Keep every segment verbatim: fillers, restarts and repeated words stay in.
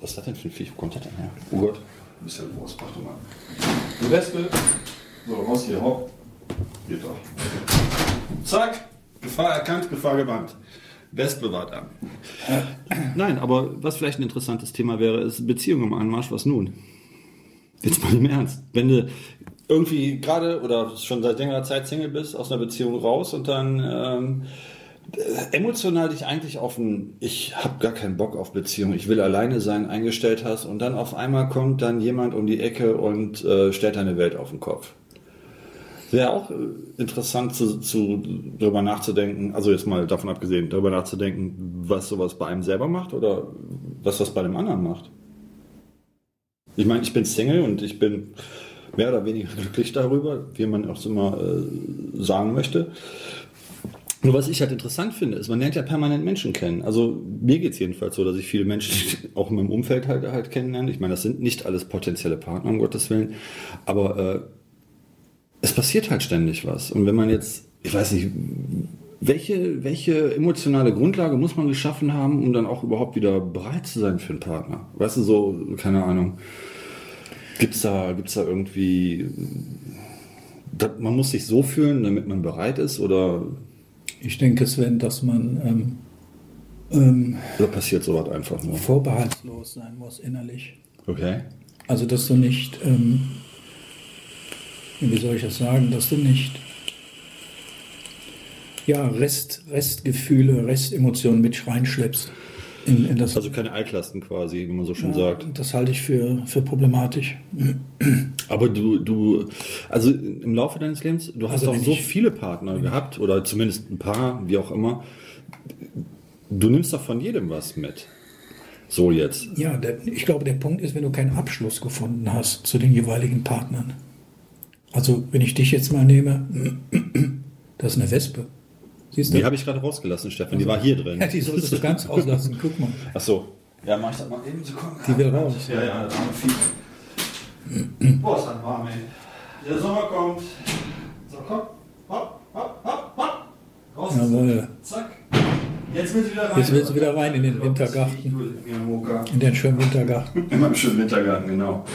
Was ist das denn für ein Viech? Wo kommt das denn her? Oh Gott. Du bist ja groß, mach doch mal. Die Wespe. So, raus hier, hopp. Geht doch. Zack. Gefahr erkannt, Gefahr gebannt. Wespe war da. Nein, aber was vielleicht ein interessantes Thema wäre, ist Beziehung im Anmarsch. Was nun? Jetzt mal im Ernst. Wenn du irgendwie gerade oder schon seit längerer Zeit Single bist, aus einer Beziehung raus und dann ähm, emotional dich eigentlich auf ein ich habe gar keinen Bock auf Beziehung, ich will alleine sein, eingestellt hast und dann auf einmal kommt dann jemand um die Ecke und äh, stellt deine Welt auf den Kopf. Wäre auch äh, interessant zu, zu, darüber nachzudenken, also jetzt mal davon abgesehen, darüber nachzudenken, was sowas bei einem selber macht oder was das bei dem anderen macht. Ich meine, ich bin Single und ich bin mehr oder weniger glücklich darüber, wie man auch so immer äh, sagen möchte. Nur was ich halt interessant finde, ist, man lernt ja permanent Menschen kennen. Also mir geht es jedenfalls so, dass ich viele Menschen auch in meinem Umfeld halt, halt kennenlerne. Ich meine, das sind nicht alles potenzielle Partner, um Gottes Willen. Aber äh, es passiert halt ständig was. Und wenn man jetzt, ich weiß nicht, welche, welche emotionale Grundlage muss man geschaffen haben, um dann auch überhaupt wieder bereit zu sein für einen Partner? Weißt du, so, keine Ahnung. Gibt's da, gibt's da irgendwie, da, man muss sich so fühlen, damit man bereit ist, oder? Ich denke, Sven, dass man ähm, ähm, oder passiert sowas einfach nur? Vorbehaltslos sein muss innerlich. Okay. Also, dass du nicht, ähm, wie soll ich das sagen, dass du nicht ja, Rest, Restgefühle, Restemotionen mit reinschleppst. In, in das, also keine Altlasten quasi, wie man so schön ja, sagt. Das halte ich für, für problematisch. Aber du, du, also im Laufe deines Lebens, du hast Also auch wenn so ich- viele Partner gehabt, oder zumindest ein paar, wie auch immer. Du nimmst doch von jedem was mit. So jetzt. Ja, der, ich glaube, der Punkt ist, wenn du keinen Abschluss gefunden hast zu den jeweiligen Partnern. Also, wenn ich dich jetzt mal nehme, das ist eine Wespe. Siehst du? Die habe ich gerade rausgelassen, Stefan, die war hier drin. Ja, die solltest du ganz rauslassen. Guck mal. Ach so. Ja, mach ich das mal eben so. Komm. Die will raus. Ja, ja, das arme Vieh. Boah, ist das warm, ey. Der Sommer kommt. So, komm. Hopp, hopp, hopp, hopp. Raus. Jawohl. Zack. Jetzt willst du wieder rein. Jetzt willst du wieder rein in den Wintergarten. In den schönen Wintergarten. In meinem schönen Wintergarten, genau.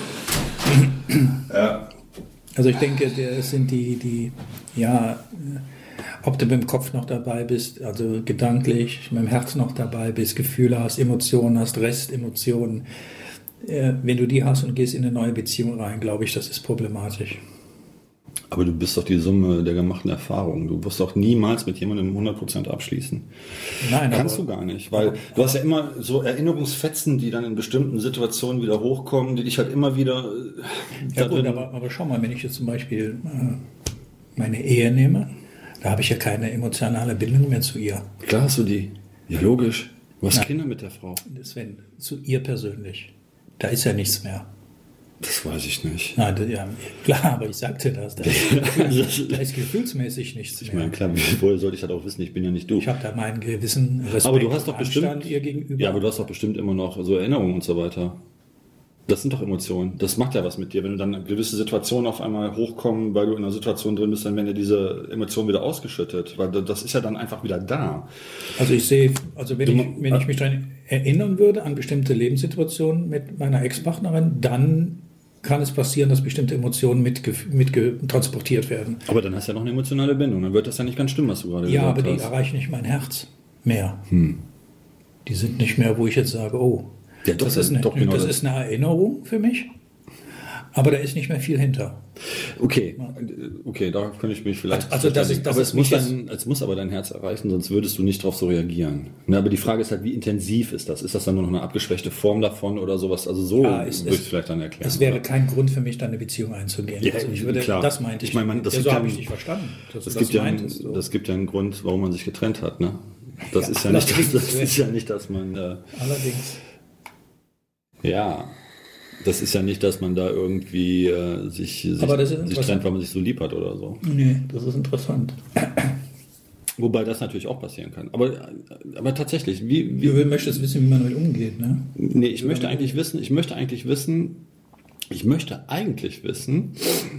Ja. Also ich denke, das sind die, die, ja, ob du mit dem Kopf noch dabei bist, also gedanklich, mit dem Herz noch dabei bist, Gefühle hast, Emotionen hast, Restemotionen. Äh, wenn du die hast und gehst in eine neue Beziehung rein, glaube ich, das ist problematisch. Aber du bist doch die Summe der gemachten Erfahrungen. Du wirst doch niemals mit jemandem hundert Prozent abschließen. Nein, Kannst aber, du gar nicht, weil du hast ja immer so Erinnerungsfetzen, die dann in bestimmten Situationen wieder hochkommen, die dich halt immer wieder... Ja gut, aber, aber schau mal, wenn ich jetzt zum Beispiel äh, meine Ehe nehme, da habe ich ja keine emotionale Bindung mehr zu ihr. Klar hast du die. Ja, logisch. Du hast Nein. Kinder mit der Frau. Sven, zu ihr persönlich. Da ist ja nichts mehr. Das weiß ich nicht. Nein, das, ja, klar, aber ich sagte das. Da ist, da ist gefühlsmäßig nichts Ich mehr. meine, klar, woher sollte ich das auch wissen? Ich bin ja nicht du. Ich habe da meinen gewissen Respekt Aber du hast und doch bestimmt, Anstand ihr gegenüber. ja, aber du hast doch bestimmt immer noch so Erinnerungen und so weiter. Das sind doch Emotionen. Das macht ja was mit dir. Wenn du dann gewisse Situationen auf einmal hochkommen, weil du in einer Situation drin bist, dann werden ja diese Emotionen wieder ausgeschüttet. Weil das ist ja dann einfach wieder da. Also ich sehe, also wenn, Du, ich, wenn ich mich daran erinnern würde an bestimmte Lebenssituationen mit meiner Ex-Partnerin, dann kann es passieren, dass bestimmte Emotionen mit, mit transportiert werden. Aber dann hast du ja noch eine emotionale Bindung. Dann wird das ja nicht ganz stimmen, was du gerade Ja, gesagt aber die hast. erreichen nicht mein Herz mehr. Hm. Die sind nicht mehr, wo ich jetzt sage, oh, Ja, doch, das, ist eine, doch genau das das. ist eine Erinnerung für mich, aber da ist nicht mehr viel hinter. Okay, okay, da könnte ich mich vielleicht. Also das ist- das aber ist es muss, nicht dein, es muss aber dein Herz erreichen, sonst würdest du nicht darauf so reagieren. Na, aber die Frage ist halt, wie intensiv ist das? Ist das dann nur noch eine abgeschwächte Form davon oder sowas? Also so Ja, es- würde ich es- es vielleicht dann erklären. Es wäre kein Grund für mich, da eine Beziehung einzugehen. Ja, also ich würde, klar. das meinte ich. Ich meine, man- das ja, gibt so ja habe einen- ich dich verstanden. Dass Es du gibt, ja einen, meintest, so. das gibt ja einen Grund, warum man sich getrennt hat. Ne? Das, Ja, ist ja nicht, allerdings. das ist ja nicht, dass man. Äh, Allerdings. ja, das ist ja nicht, dass man da irgendwie äh, sich, sich, Aber das ist sich interessant. trennt, weil man sich so lieb hat oder so. Nee, das ist interessant. Wobei das natürlich auch passieren kann. Aber, aber tatsächlich, wie, wie, Du möchtest wissen, wie man damit umgeht, ne? Nee, ich möchte eigentlich wissen, ich möchte eigentlich wissen, ich möchte eigentlich wissen,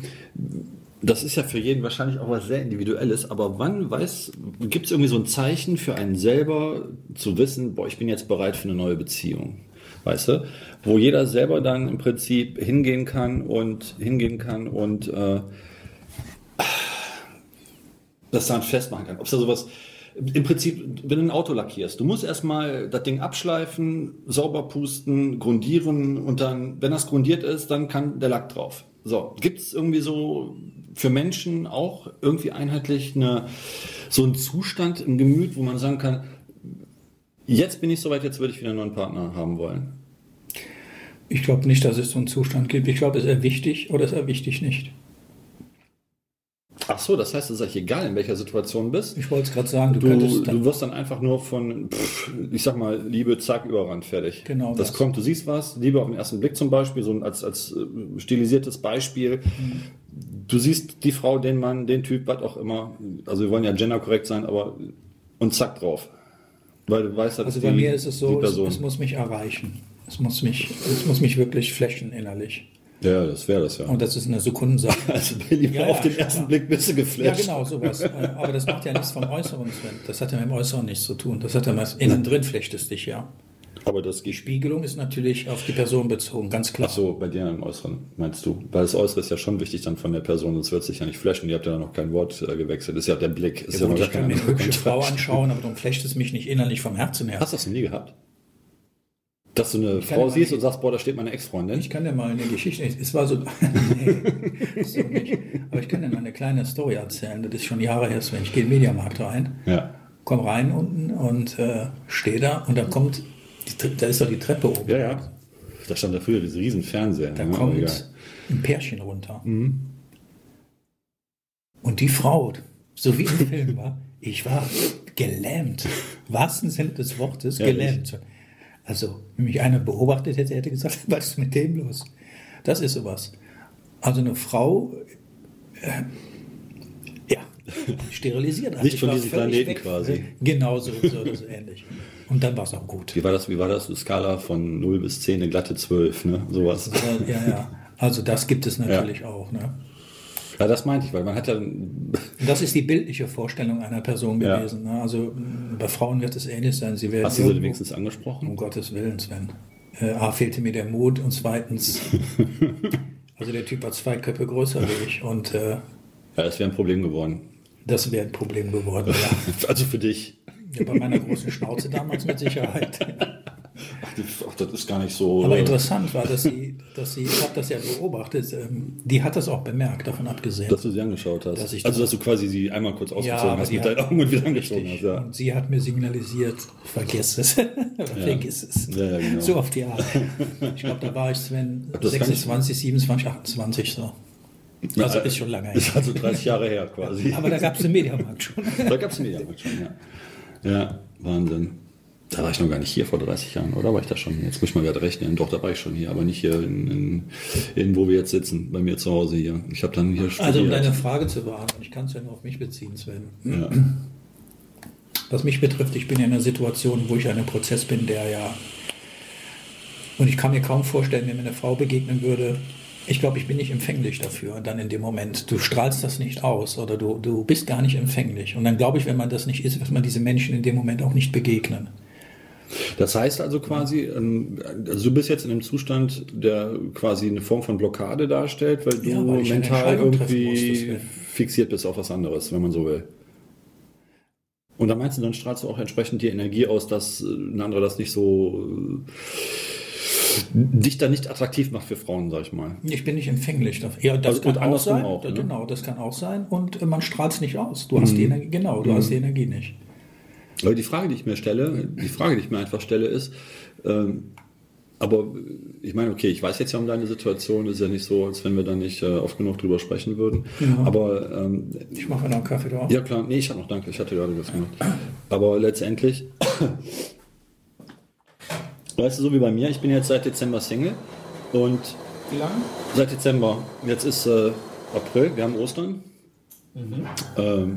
das ist ja für jeden wahrscheinlich auch was sehr Individuelles, aber wann weiß, gibt es irgendwie so ein Zeichen für einen selber zu wissen, boah, ich bin jetzt bereit für eine neue Beziehung? weißt du, wo jeder selber dann im Prinzip hingehen kann und hingehen kann und äh, das dann festmachen kann. Ob es da sowas, im Prinzip, wenn du ein Auto lackierst, du musst erstmal das Ding abschleifen, sauber pusten, grundieren und dann, wenn das grundiert ist, dann kann der Lack drauf. So, gibt es irgendwie so für Menschen auch irgendwie einheitlich eine, so einen Zustand im Gemüt, wo man sagen kann, jetzt bin ich soweit, jetzt würde ich wieder einen neuen Partner haben wollen? Ich glaube nicht, dass es so einen Zustand gibt. Ich glaube, es ist eher wichtig oder es ist eher wichtig nicht. Ach so, das heißt, es ist eigentlich egal, in welcher Situation du bist. Ich wollte es gerade sagen, du, Du, könntest dann, du wirst dann einfach nur von, pff, ich sag mal, Liebe, zack, überrannt, fertig. Genau Das das. kommt, du siehst was, Liebe auf den ersten Blick zum Beispiel, so als, als äh, stilisiertes Beispiel. Mhm. Du siehst die Frau, den Mann, den Typ, was auch immer. Also wir wollen ja genderkorrekt sein, aber und zack drauf. Weil du weißt, das also ist bei die, mir ist es so, die es, Person. es muss mich erreichen. Es muss mich, es muss mich wirklich flashen innerlich. Ja, das wäre das ja. Und das ist eine Sekundensache. Also Liebe Ja, auf ja, den schon ersten klar. Blick bist du Ja, geflasht. genau, sowas. Aber das macht ja nichts vom Äußeren, Sven. Das hat ja mit dem Äußeren nichts zu tun. Das hat ja was innen drin flechtest dich, ja. Aber das Die geht. Spiegelung ist natürlich auf die Person bezogen, ganz klar. Ach so, bei dir im Äußeren, meinst du? Weil das Äußere ist ja schon wichtig dann von der Person, sonst wird es sich ja nicht flashen. Ihr habt ja noch kein Wort äh, gewechselt. Das ist ja der Blick. Ist Ja, ja gut, noch ich gar kann mir kein eine hübsche Kontakt. Frau anschauen, aber dann flecht es mich nicht innerlich vom Herzen her. Hast du das noch nie gehabt? Dass du eine Ich kann Frau ja siehst mal- und sagst, boah, da steht meine Ex-Freundin. Ich kann dir mal eine Geschichte, es war so, nee, so nicht. Aber ich kann dir mal eine kleine Story erzählen. Das ist schon Jahre her, Sven. Ich gehe in den Mediamarkt rein, Ja. komm rein unten und äh, stehe da und da kommt, die, Tre- da ist doch die Treppe oben. Ja, ja. Da stand da früher diese riesen Fernseher. Da ne? Aber kommt egal. ein Pärchen runter. Mhm. Und die Frau, so wie im Film war, ich war gelähmt. Im wahrsten Sinne des Wortes, Ja, gelähmt. Also, wenn mich einer beobachtet hätte, hätte gesagt, was ist mit dem los? Das ist sowas. Also eine Frau, äh, ja, sterilisiert. Also Nicht ich von war diesem völlig Planeten weg. quasi. Genau so, so oder so ähnlich. Und dann war es auch gut. Wie war das? Wie war das? Eine Skala von null bis zehn, eine glatte zwölf, ne? Sowas. Aber, ja, ja. Also das gibt es natürlich auch. Ne? Ja, das meinte ich, weil man hat ja. Und das ist die bildliche Vorstellung einer Person Ja. gewesen. Ne? Also mh, bei Frauen wird es ähnlich sein. Sie werden Hast du sie irgendwo- wenigstens angesprochen? Um Gottes Willen, Sven. Äh, A, fehlte mir der Mut und zweitens, also der Typ war zwei Köpfe größer wie ich und äh, Ja, das wäre ein Problem geworden. das wäre ein Problem geworden. Ja. Also für dich. Ja, bei meiner großen Schnauze damals mit Sicherheit. Ach, die, ach das ist gar nicht so. Aber äh, interessant war, dass sie, dass sie, ich habe das ja beobachtet, ähm, die hat das auch bemerkt, davon abgesehen. Dass du sie angeschaut hast. Dass ich also, das- dass du quasi sie einmal kurz ausgezogen aber hast die mit hat- deinen Augen und wieder angezogen Richtig. hast. Ja. Und sie hat mir signalisiert, vergiss es. Vergiss es. Ja, ja, genau. So auf die Art. Ich glaube, da war ich, Sven, Das kann ich- sechsundzwanzig, siebenundzwanzig, achtundzwanzig so. Also ist schon lange her. Ist also dreißig Jahre her quasi. Aber da gab es den Mediamarkt schon. Da gab es einen Mediamarkt schon, ja. Ja, Wahnsinn. Da war ich noch gar nicht hier vor dreißig Jahren, oder war ich da schon hier? Jetzt muss ich mal gerade rechnen. Doch, da war ich schon hier, aber nicht hier in, in, in wo wir jetzt sitzen, bei mir zu Hause hier. Ich habe dann hier studiert. Also um deine Frage zu beantworten, ich kann es ja nur auf mich beziehen, Sven. Ja. Was mich betrifft, ich bin ja in einer Situation, wo ich in einem Prozess bin, der ja... Und ich kann mir kaum vorstellen, wenn mir eine Frau begegnen würde, ich glaube, ich bin nicht empfänglich dafür, dann in dem Moment. Du strahlst das nicht aus oder du, du bist gar nicht empfänglich. Und dann glaube ich, wenn man das nicht ist, wird man diese Menschen in dem Moment auch nicht begegnen. Das heißt also quasi, ähm, also du bist jetzt in einem Zustand, der quasi eine Form von Blockade darstellt, weil du Ja, weil ich eine mental Entscheidung treffen muss, irgendwie das wär- fixiert bist auf was anderes, wenn man so will. Und dann meinst du, dann strahlst du auch entsprechend die Energie aus, dass äh, ein anderer das nicht so äh, dich dann nicht attraktiv macht für Frauen, sag ich mal. Ich bin nicht empfänglich dafür. Ja, das Also, kann und auch andersrum sein. auch, Ja, ne? Genau, das kann auch sein. Und äh, man strahlt es nicht aus. Du hast die Energie, genau, du hast die Energie nicht. Aber die Frage, die ich mir stelle, die Frage, die ich mir einfach stelle, ist, ähm, aber ich meine, okay, ich weiß jetzt ja um deine Situation, ist ja nicht so, als wenn wir da nicht äh, oft genug drüber sprechen würden. Ja. Aber ähm, Ich mache mir noch einen Kaffee drauf. ja klar, nee, ich hatte noch, danke, ich hatte gerade was gemacht. Aber letztendlich, weißt du, so wie bei mir, ich bin jetzt seit Dezember Single und Wie lange? seit Dezember, jetzt ist äh, April, wir haben Ostern. Ähm,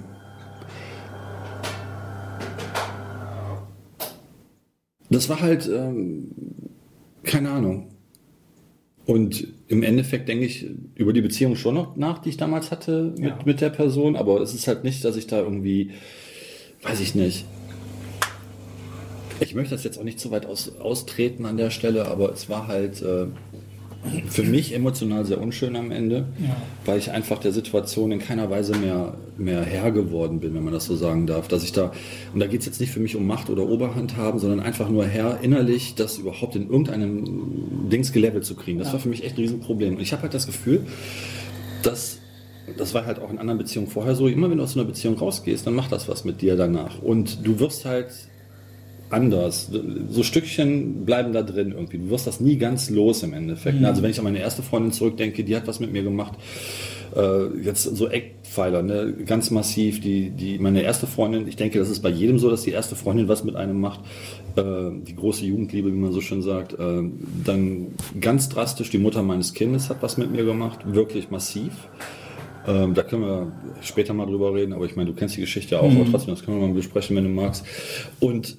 das war halt, ähm, keine Ahnung. Und im Endeffekt denke ich über die Beziehung schon noch nach, die ich damals hatte mit, Ja. mit der Person, aber es ist halt nicht, dass ich da irgendwie, weiß ich nicht. Ich möchte das jetzt auch nicht zu weit aus, austreten an der Stelle, aber es war halt äh, für mich emotional sehr unschön am Ende, ja. weil ich einfach der Situation in keiner Weise mehr, mehr Herr geworden bin, wenn man das so sagen darf. Dass ich da, und da geht es jetzt nicht für mich um Macht oder Oberhand haben, sondern einfach nur Herr innerlich, das überhaupt in irgendeinem Dings gelevelt zu kriegen. Das ja. war für mich echt ein Riesenproblem. Und ich habe halt das Gefühl, dass, das war halt auch in anderen Beziehungen vorher so, immer wenn du aus so einer Beziehung rausgehst, dann macht das was mit dir danach. Und du wirst halt anders. So Stückchen bleiben da drin irgendwie. Du wirst das nie ganz los im Endeffekt. Mhm. Also wenn ich an meine erste Freundin zurückdenke, die hat was mit mir gemacht. Äh, jetzt so Eckpfeiler, ne? Ganz massiv. Die, die, meine erste Freundin, ich denke, das ist bei jedem so, dass die erste Freundin was mit einem macht. Äh, die große Jugendliebe, wie man so schön sagt. Äh, dann ganz drastisch, die Mutter meines Kindes hat was mit mir gemacht. Wirklich massiv. Ähm, da können wir später mal drüber reden, aber ich meine, du kennst die Geschichte auch, mhm. aber trotzdem, das können wir mal besprechen, wenn du magst. Und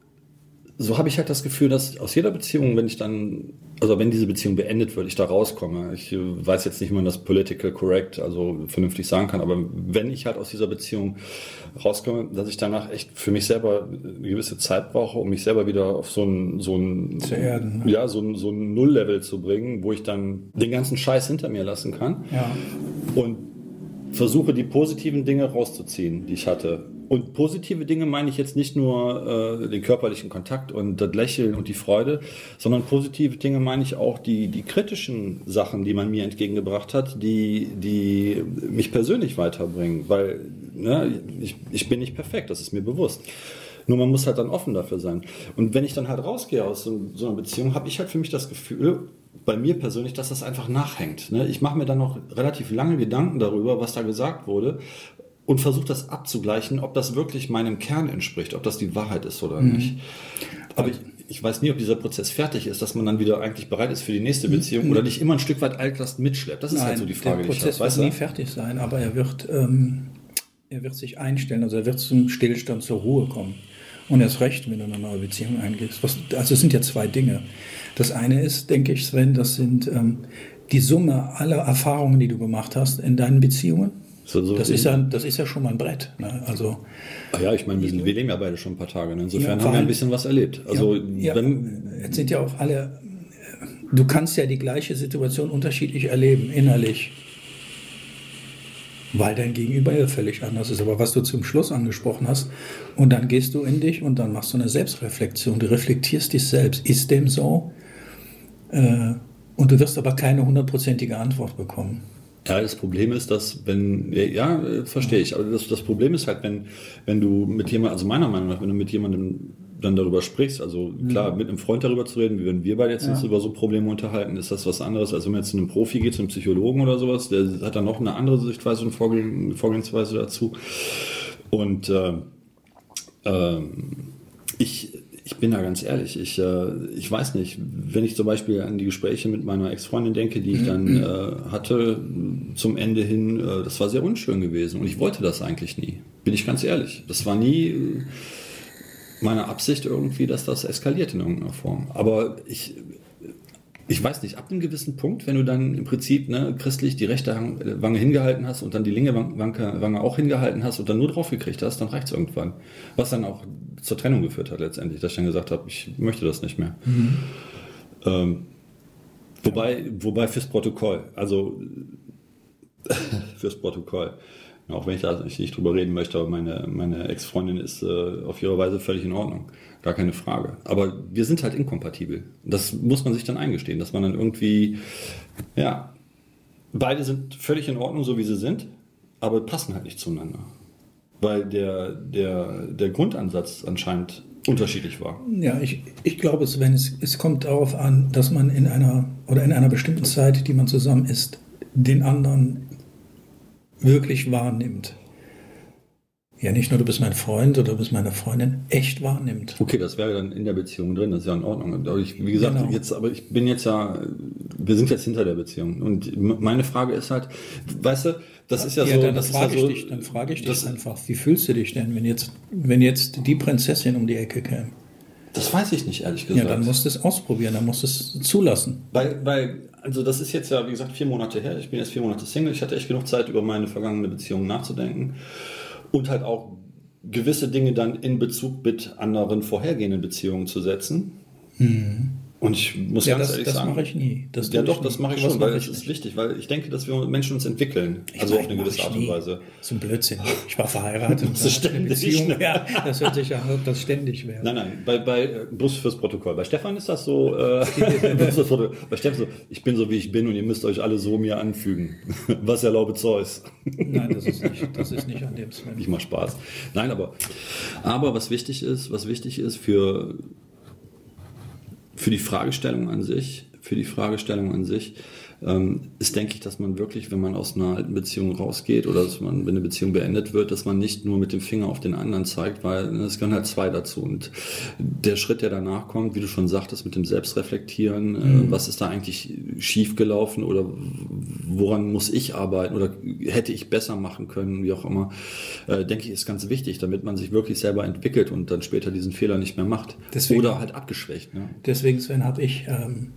so habe ich halt das Gefühl, dass aus jeder Beziehung, wenn ich dann, also wenn diese Beziehung beendet wird, ich da rauskomme. Ich weiß jetzt nicht, wie man das political correct, also vernünftig sagen kann, aber wenn ich halt aus dieser Beziehung rauskomme, dass ich danach echt für mich selber eine gewisse Zeit brauche, um mich selber wieder auf so ein, so ein, zu erden, ne? ja, so ein, so ein Nulllevel zu bringen, wo ich dann den ganzen Scheiß hinter mir lassen kann. Ja. Und versuche, die positiven Dinge rauszuziehen, die ich hatte. Und positive Dinge meine ich jetzt nicht nur äh, den körperlichen Kontakt und das Lächeln und die Freude, sondern positive Dinge meine ich auch die, die kritischen Sachen, die man mir entgegengebracht hat, die, die mich persönlich weiterbringen. Weil ne, ich, ich bin nicht perfekt, das ist mir bewusst. Nur man muss halt dann offen dafür sein. Und wenn ich dann halt rausgehe aus so, so einer Beziehung, habe ich halt für mich das Gefühl, bei mir persönlich, dass das einfach nachhängt. Ne? Ich mache mir dann noch relativ lange Gedanken darüber, was da gesagt wurde und versuche das abzugleichen, ob das wirklich meinem Kern entspricht, ob das die Wahrheit ist oder mhm. nicht. Aber ich, ich weiß nie, ob dieser Prozess fertig ist, dass man dann wieder eigentlich bereit ist für die nächste Beziehung mhm. oder nicht immer ein Stück weit Altlast mitschleppt. Das ist Nein, halt so die Frage, der Prozess wird nie fertig sein, aber er wird, ähm, er wird sich einstellen, also er wird zum Stillstand, zur Ruhe kommen. Und erst recht, wenn du eine neue Beziehung eingehst. Was, also es sind ja zwei Dinge. Das eine ist, denke ich, Sven, das sind ähm, die Summe aller Erfahrungen, die du gemacht hast in deinen Beziehungen. So, so das, ist ja, das ist ja schon mal ein Brett. Ne? Also, Ach ja, ich meine, wir, sind, wir leben ja beide schon ein paar Tage. Ne? Insofern ja, haben wir ein bisschen was erlebt. Also, ja, wenn, ja, jetzt sind ja auch alle, du kannst ja die gleiche Situation unterschiedlich erleben, innerlich. Weil dein Gegenüber ja völlig anders ist. Aber was du zum Schluss angesprochen hast, und dann gehst du in dich und dann machst du eine Selbstreflexion. Du reflektierst dich selbst. Ist dem so? Äh, und du wirst aber keine hundertprozentige Antwort bekommen. Ja, das Problem ist, dass wenn, ja, verstehe ich, aber das, das Problem ist halt, wenn, wenn du mit jemandem, also meiner Meinung nach, wenn du mit jemandem dann darüber sprichst, also klar, mhm. mit einem Freund darüber zu reden, wie wenn wir beide jetzt ja. uns über so Probleme unterhalten, ist das was anderes, als wenn man jetzt zu einem Profi geht, zu einem Psychologen oder sowas, der hat dann noch eine andere Sichtweise und Vorgehen, Vorgehensweise dazu. Und äh, äh, ich Ich bin da ganz ehrlich, ich, äh, ich weiß nicht, wenn ich zum Beispiel an die Gespräche mit meiner Ex-Freundin denke, die ich dann äh, hatte zum Ende hin, äh, das war sehr unschön gewesen und ich wollte das eigentlich nie, bin ich ganz ehrlich. Das war nie äh, meine Absicht irgendwie, dass das eskaliert in irgendeiner Form. Aber ich, ich weiß nicht, ab einem gewissen Punkt, wenn du dann im Prinzip ne, christlich die rechte Wange hingehalten hast und dann die linke Wange auch hingehalten hast und dann nur drauf gekriegt hast, dann reicht es irgendwann. Was dann auch zur Trennung geführt hat letztendlich, dass ich dann gesagt habe, ich möchte das nicht mehr. Mhm. Ähm, wobei, wobei fürs Protokoll, also fürs Protokoll, auch wenn ich da nicht drüber reden möchte, aber meine, meine Ex-Freundin ist äh, auf ihre Weise völlig in Ordnung. Gar keine Frage. Aber wir sind halt inkompatibel. Das muss man sich dann eingestehen, dass man dann irgendwie, ja, beide sind völlig in Ordnung, so wie sie sind, aber passen halt nicht zueinander. Weil der, der, der Grundansatz anscheinend unterschiedlich war. Ja, ich, ich glaube, Sven, es, es kommt darauf an, dass man in einer, oder in einer bestimmten Zeit, die man zusammen ist, den anderen wirklich wahrnimmt. Ja, nicht nur du bist mein Freund oder du bist meine Freundin, echt wahrnimmt. Okay, das wäre dann in der Beziehung drin, das ist ja in Ordnung. Aber ich, wie gesagt, genau. jetzt, aber ich bin jetzt ja, wir sind jetzt hinter der Beziehung. Und meine Frage ist halt, weißt du, das ist ja, ja so. Dann, das frage ist ja ich so, dich, dann frage ich dich das, einfach, wie fühlst du dich denn, wenn jetzt, wenn jetzt die Prinzessin um die Ecke käme? Das weiß ich nicht, ehrlich gesagt. Ja, dann musst du es ausprobieren, dann musst du es zulassen. Weil, weil, also das ist jetzt ja, wie gesagt, vier Monate her. Ich bin jetzt vier Monate Single. Ich hatte echt genug Zeit, über meine vergangene Beziehung nachzudenken. Und halt auch gewisse Dinge dann in Bezug mit anderen vorhergehenden Beziehungen zu setzen. Mhm. Und ich muss Ja, ganz das, ehrlich das sagen, mache ich nie. Das ja tue doch, ich das nie. mache ich Sowas schon, weil mache es ich ist nicht. wichtig, weil ich denke, dass wir Menschen uns entwickeln, Ich also meine, auf eine mach gewisse ich Art und nie. Weise. So ein Blödsinn. Ich war verheiratet. Das ist hatte eine ständig, Beziehung. ne? Ja, das hört sich an, ob das ständig wäre. Nein, nein, bei, bei äh, bloß fürs Protokoll. Bei Stefan ist das so, äh, bloß fürs Protokoll. Bei Stefan so, ich bin so wie ich bin und ihr müsst euch alle so mir anfügen. Was erlaube Zeus. Nein, das ist nicht, das ist nicht an dem Sven. Ich mach Spaß. Nein, aber, aber was wichtig ist, was wichtig ist für, für die Fragestellung an sich, für die Fragestellung an sich, ähm, ist, denke ich, dass man wirklich, wenn man aus einer alten Beziehung rausgeht oder dass man, wenn eine Beziehung beendet wird, dass man nicht nur mit dem Finger auf den anderen zeigt, weil es gehören halt zwei dazu. Und der Schritt, der danach kommt, wie du schon sagtest, mit dem Selbstreflektieren, mhm. äh, was ist da eigentlich schiefgelaufen oder woran muss ich arbeiten oder hätte ich besser machen können, wie auch immer, äh, denke ich, ist ganz wichtig, damit man sich wirklich selber entwickelt und dann später diesen Fehler nicht mehr macht. Deswegen, oder halt abgeschwächt. Ne? Deswegen, Sven, habe ich ähm,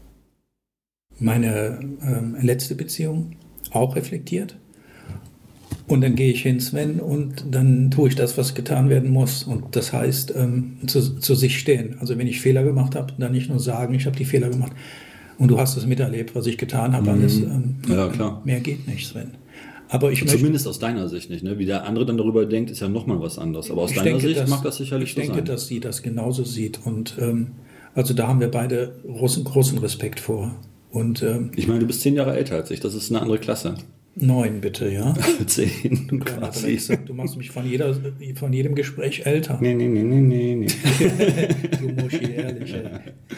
meine ähm, letzte Beziehung auch reflektiert. Und dann gehe ich hin, Sven, und dann tue ich das, was getan werden muss. Und das heißt, ähm, zu, zu sich stehen. Also wenn ich Fehler gemacht habe, dann nicht nur sagen, ich habe die Fehler gemacht. Und du hast es miterlebt, was ich getan habe. Mhm. Alles, ähm, ja, klar. Mehr geht nicht, Sven. Aber ich möchte, zumindest aus deiner Sicht nicht. Ne? Wie der andere dann darüber denkt, ist ja nochmal was anderes. Aber aus deiner denke, Sicht dass, mag das sicherlich ich so denke, sein. dass sie das genauso sieht. Und ähm, also da haben wir beide großen, großen Respekt vor. Und ähm, ich meine, du bist zehn Jahre älter als ich. Das ist eine andere Klasse. neun, bitte, ja. Zehn, Du kleiner quasi. Drecksack, du machst mich von, jeder, von jedem Gespräch älter. Nee, nee, nee, nee, nee, nee. Du Muschi, ehrlich. Ey.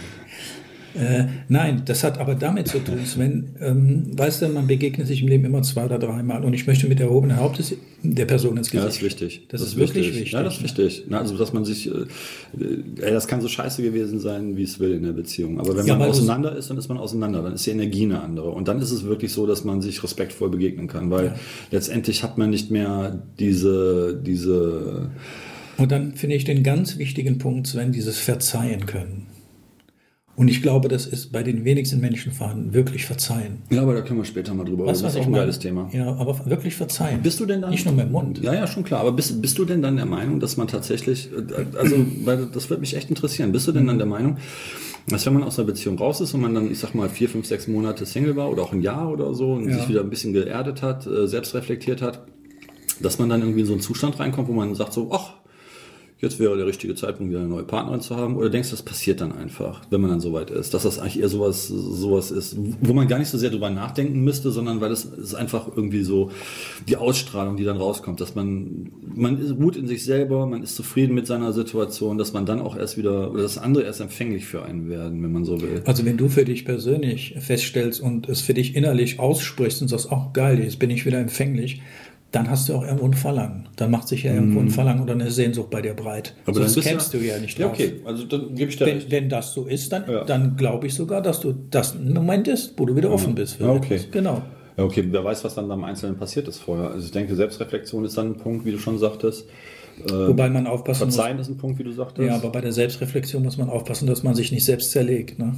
Äh, nein, das hat aber damit zu tun, Sven, ähm, weißt du, man begegnet sich im Leben immer zwei oder dreimal und ich möchte mit erhobenem Hauptes der Person ins Gesicht. Ja, das ist wichtig. Das, das ist wirklich wichtig. wichtig. Ja, das ist wichtig. Na, also, dass man sich, äh, ey, das kann so scheiße gewesen sein, wie es will in der Beziehung. Aber wenn ja, man auseinander ist, dann ist man auseinander. Dann ist die Energie eine andere. Und dann ist es wirklich so, dass man sich respektvoll begegnen kann, weil ja. letztendlich hat man nicht mehr diese, diese. Und dann finde ich den ganz wichtigen Punkt, Sven, dieses Verzeihen können. Und ich glaube, das ist bei den wenigsten Menschen vorhanden, wirklich verzeihen. Ja, aber da können wir später mal drüber reden. Das ist auch ein geiles Thema. Ja, aber wirklich verzeihen. Bist du denn dann? Nicht nur mit dem Mund. Ja, ja, schon klar. Aber bist, bist du denn dann der Meinung, dass man tatsächlich, also, weil das würde mich echt interessieren, bist du denn dann der Meinung, dass wenn man aus einer Beziehung raus ist und man dann, ich sag mal, vier, fünf, sechs Monate Single war oder auch ein Jahr oder so und ja. sich wieder ein bisschen geerdet hat, selbst reflektiert hat, dass man dann irgendwie in so einen Zustand reinkommt, wo man sagt so, ach, jetzt wäre der richtige Zeitpunkt, wieder eine neue Partnerin zu haben? Oder denkst du, das passiert dann einfach, wenn man dann so weit ist? Dass das eigentlich eher sowas, sowas ist, wo man gar nicht so sehr drüber nachdenken müsste, sondern weil das ist einfach irgendwie so die Ausstrahlung, die dann rauskommt, dass man, man ist gut in sich selber, man ist zufrieden mit seiner Situation, dass man dann auch erst wieder, oder dass andere erst empfänglich für einen werden, wenn man so will. Also wenn du für dich persönlich feststellst und es für dich innerlich aussprichst und sagst, ach geil, jetzt bin ich wieder empfänglich, dann hast du auch irgendwo ein Verlangen. Dann macht sich ja irgendwo ein Verlangen oder eine Sehnsucht bei dir breit. Aber das dann kennst ja, du ja nicht drauf. Ja, drauf. okay, also dann gebe ich dir wenn, recht. wenn das so ist, dann, ja. dann glaube ich sogar, dass du das ein Moment ist, wo du wieder offen bist. Für ja, okay. etwas. Genau. Ja, okay, wer weiß, was dann beim Einzelnen passiert ist vorher. Also ich denke, Selbstreflexion ist dann ein Punkt, wie du schon sagtest. Wobei man aufpassen muss. Verzeihen ist ein Punkt, wie du sagtest. Ja, aber bei der Selbstreflexion muss man aufpassen, dass man sich nicht selbst zerlegt. Ne?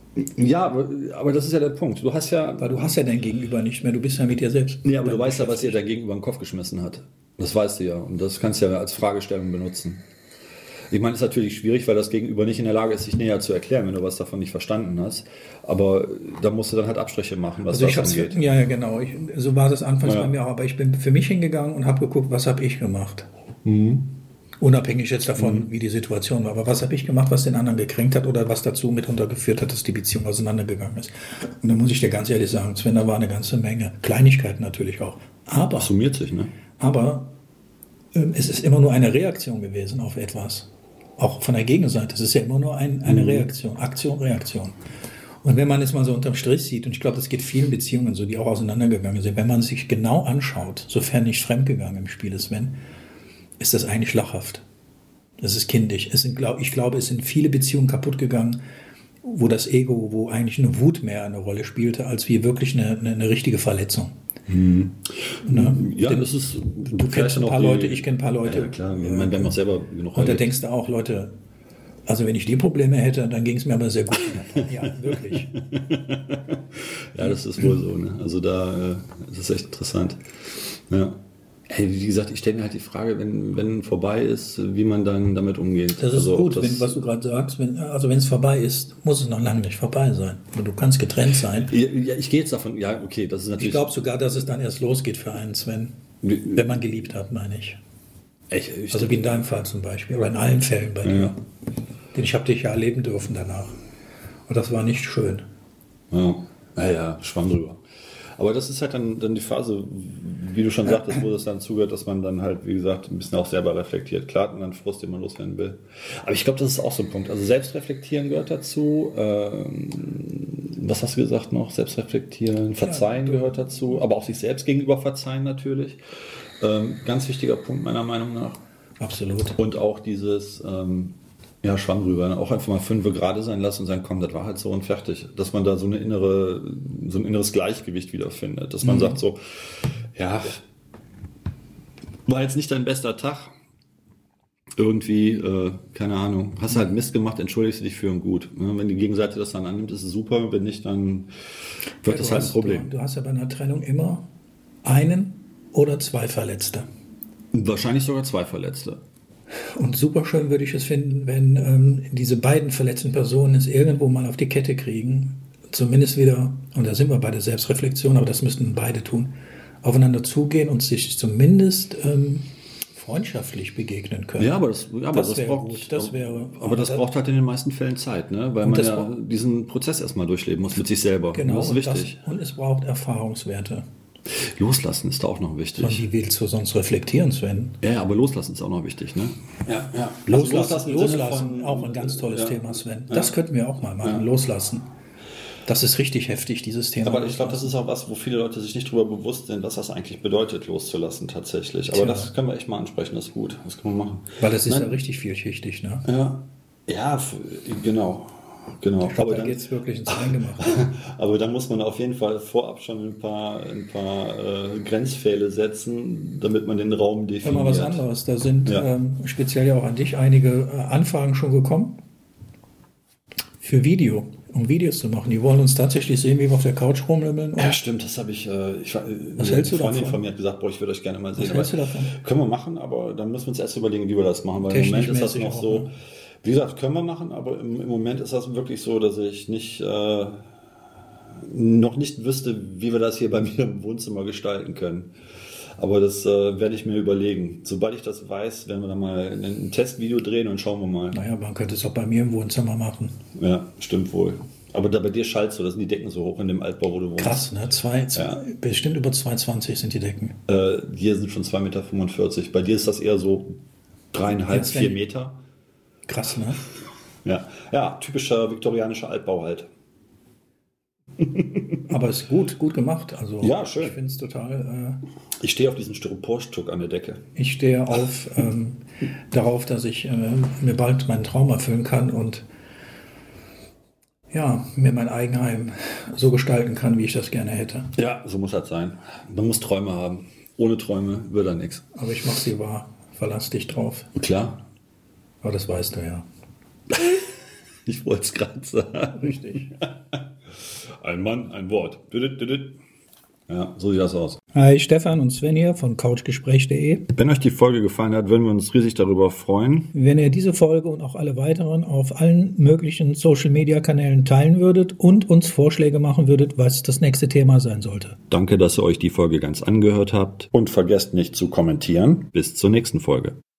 Ja, aber, aber das ist ja der Punkt. Du hast ja... Weil du hast ja dein Gegenüber nicht mehr, du bist ja mit dir selbst. Nee, aber du weißt ja, was dir dein Gegenüber in den Kopf geschmissen hat. Das weißt du ja. Und das kannst du ja als Fragestellung benutzen. Ich meine, es ist natürlich schwierig, weil das Gegenüber nicht in der Lage ist, sich näher zu erklären, wenn du was davon nicht verstanden hast. Aber da musst du dann halt Abstriche machen, was also ich das angeht. Ja, ja, genau. Ich, so war das anfangs ja. bei mir auch. Aber ich bin für mich hingegangen und habe geguckt, was habe ich gemacht. Mhm. Unabhängig jetzt davon, Mhm. wie die Situation war. Aber was habe ich gemacht, was den anderen gekränkt hat oder was dazu mitunter geführt hat, dass die Beziehung auseinandergegangen ist. Und da muss ich dir ganz ehrlich sagen, Sven, da war eine ganze Menge. Kleinigkeiten natürlich auch. Aber, das summiert sich, ne? Aber ähm, es ist immer nur eine Reaktion gewesen auf etwas. Auch von der Gegenseite. Es ist ja immer nur ein, eine mhm. Reaktion. Aktion, Reaktion. Und wenn man es mal so unterm Strich sieht, und ich glaube, das geht vielen Beziehungen so, die auch auseinandergegangen sind, wenn man sich genau anschaut, sofern nicht fremdgegangen im Spiel ist, Sven, ist das eigentlich lachhaft. Das ist kindisch. Es sind, glaub, ich glaube, es sind viele Beziehungen kaputt gegangen, wo das Ego, wo eigentlich eine Wut mehr eine Rolle spielte, als wie wirklich eine, eine, eine richtige Verletzung. Mhm. Ne? Ja, Denn das ist... Du kennst ein paar die, Leute, ich kenne ein paar Leute. Ja, klar, ich meine, wir haben auch selber genug... Und da denkst du auch, Leute, also wenn ich die Probleme hätte, dann ging es mir aber sehr gut. Ja, wirklich. Ja, das ist wohl so. Ne? Also da äh, das ist echt interessant. Ja. Hey, wie gesagt, ich stelle mir halt die Frage, wenn, wenn vorbei ist, wie man dann damit umgeht. Das ist also, gut, das, wenn, was du gerade sagst. Wenn, also wenn es vorbei ist, muss es noch lange nicht vorbei sein. Und du kannst getrennt sein. Ja, ja, ich gehe jetzt davon, ja, okay, das ist natürlich... Ich glaube sogar, dass es dann erst losgeht für einen, Sven. Wie- Wenn man geliebt hat, meine ich. Ich, ich, Also wie in deinem Fall zum Beispiel. Oder in allen Fällen bei dir. Ja. Denn ich habe dich ja erleben dürfen danach. Und das war nicht schön. Ja, naja, schwamm drüber. Aber das ist halt dann, dann die Phase, wie du schon sagtest, wo es dann zugehört, dass man dann halt, wie gesagt, ein bisschen auch selber reflektiert. Klar hat man dann Frust, den man loswerden will. Aber ich glaube, das ist auch so ein Punkt. Also Selbstreflektieren gehört dazu. Ähm, was hast du gesagt noch? Selbstreflektieren, Verzeihen Ja, gehört dazu. Aber auch sich selbst gegenüber verzeihen natürlich. Ähm, ganz wichtiger Punkt meiner Meinung nach. Absolut. Und auch dieses... Ähm, Ja, Schwamm drüber. Ne? Auch einfach mal fünf gerade sein lassen und sagen, komm, das war halt so und fertig. Dass man da so eine innere, so ein inneres Gleichgewicht wiederfindet. Dass man Mhm. sagt so, ja, war jetzt nicht dein bester Tag. Irgendwie, äh, keine Ahnung, hast halt Mist gemacht, entschuldigst du dich für und gut. Ne? Wenn die Gegenseite das dann annimmt, ist es super. Wenn nicht, dann wird Ja, das du halt hast, ein Problem. Du, du hast ja bei einer Trennung immer einen oder zwei Verletzte. Wahrscheinlich sogar zwei Verletzte. Und super schön würde ich es finden, wenn ähm, diese beiden verletzten Personen es irgendwo mal auf die Kette kriegen, zumindest wieder, und da sind wir bei der Selbstreflexion, aber das müssten beide tun, aufeinander zugehen und sich zumindest ähm, freundschaftlich begegnen können. Ja, aber das, ja, aber Das das, wäre braucht, gut, das wäre- aber das das- braucht halt in den meisten Fällen Zeit, ne? Weil Und man das ja braucht- diesen Prozess erstmal durchleben muss mit sich selber. Genau, das ist und, wichtig. das, und es braucht Erfahrungswerte. Loslassen ist da auch noch Und wichtig. wie willst du sonst reflektieren, Sven? Ja, aber loslassen ist auch noch wichtig, ne? Ja, ja. Loslassen, im Sinne loslassen, von- auch ein ganz tolles ja. Thema, Sven. Das Ja. könnten wir auch mal machen, Ja. loslassen. Das ist richtig heftig, dieses Thema. Aber ich glaube, das ist auch was, wo viele Leute sich nicht darüber bewusst sind, was das eigentlich bedeutet, loszulassen tatsächlich. Aber Tja. das können wir echt mal ansprechen, das ist gut. Das können wir machen. Weil es ist Nein. ja richtig vielschichtig, ne? Ja, ja, f- genau. Genau. Ich glaube, Aber da dann- geht es wirklich ins Eingemachte. Aber dann muss man auf jeden Fall vorab schon ein paar, ein paar äh, Grenzpfähle setzen, damit man den Raum Hör definiert. mal was anderes. Da sind Ja. ähm, speziell ja auch an dich einige äh, Anfragen schon gekommen. Für Video, um Videos zu machen. Die wollen uns tatsächlich sehen, wie wir auf der Couch rumlümmeln. Ja, stimmt, das habe ich. Äh, ich war- Was eine hältst du Freundin davon? von mir hat gesagt, boah, ich würde euch gerne mal sehen. Was hältst du davon? Können wir machen, aber dann müssen wir uns erst überlegen, wie wir das machen. Weil im Moment ist das Technikmäßig noch auch, so. ne? Wie gesagt, können wir machen, aber im, im Moment ist das wirklich so, dass ich nicht äh, noch nicht wüsste, wie wir das hier bei mir im Wohnzimmer gestalten können. Aber das äh, werde ich mir überlegen. Sobald ich das weiß, werden wir dann mal ein, ein Testvideo drehen und schauen wir mal. Naja, man könnte es auch bei mir im Wohnzimmer machen. Ja, stimmt wohl. Aber da bei dir schallt so, da sind die Decken so hoch in dem Altbau, wo du wohnst. Krass, ne? Zwei, zwei, Ja. Bestimmt über zwei Komma zwanzig sind die Decken. Äh, hier sind schon zwei Komma fünfundvierzig Meter. Bei dir ist das eher so dreieinhalb, Ja, Sven. vier Meter. Krass, ne? Ja. Ja, typischer viktorianischer Altbau halt. Aber es ist gut, gut gemacht. Also Ja, schön. Ich finde es total. Äh, Ich stehe auf diesen Styroporstuck an der Decke. ich stehe auf ähm, darauf, dass ich äh, mir bald meinen Traum erfüllen kann und ja, mir mein Eigenheim so gestalten kann, wie ich das gerne hätte. Ja, so muss das sein. Man muss Träume haben. Ohne Träume wird da nichts. Aber ich mache sie wahr. Verlass dich drauf. Klar. Aber das weißt du ja. Ich wollte es gerade sagen. Richtig. Ein Mann, ein Wort. Ja, so sieht das aus. Hi, Stefan und Sven hier von couchgespräch punkt de. Wenn euch die Folge gefallen hat, würden wir uns riesig darüber freuen. Wenn ihr diese Folge und auch alle weiteren auf allen möglichen Social-Media-Kanälen teilen würdet und uns Vorschläge machen würdet, was das nächste Thema sein sollte. Danke, dass ihr euch die Folge ganz angehört habt. Und vergesst nicht zu kommentieren. Bis zur nächsten Folge.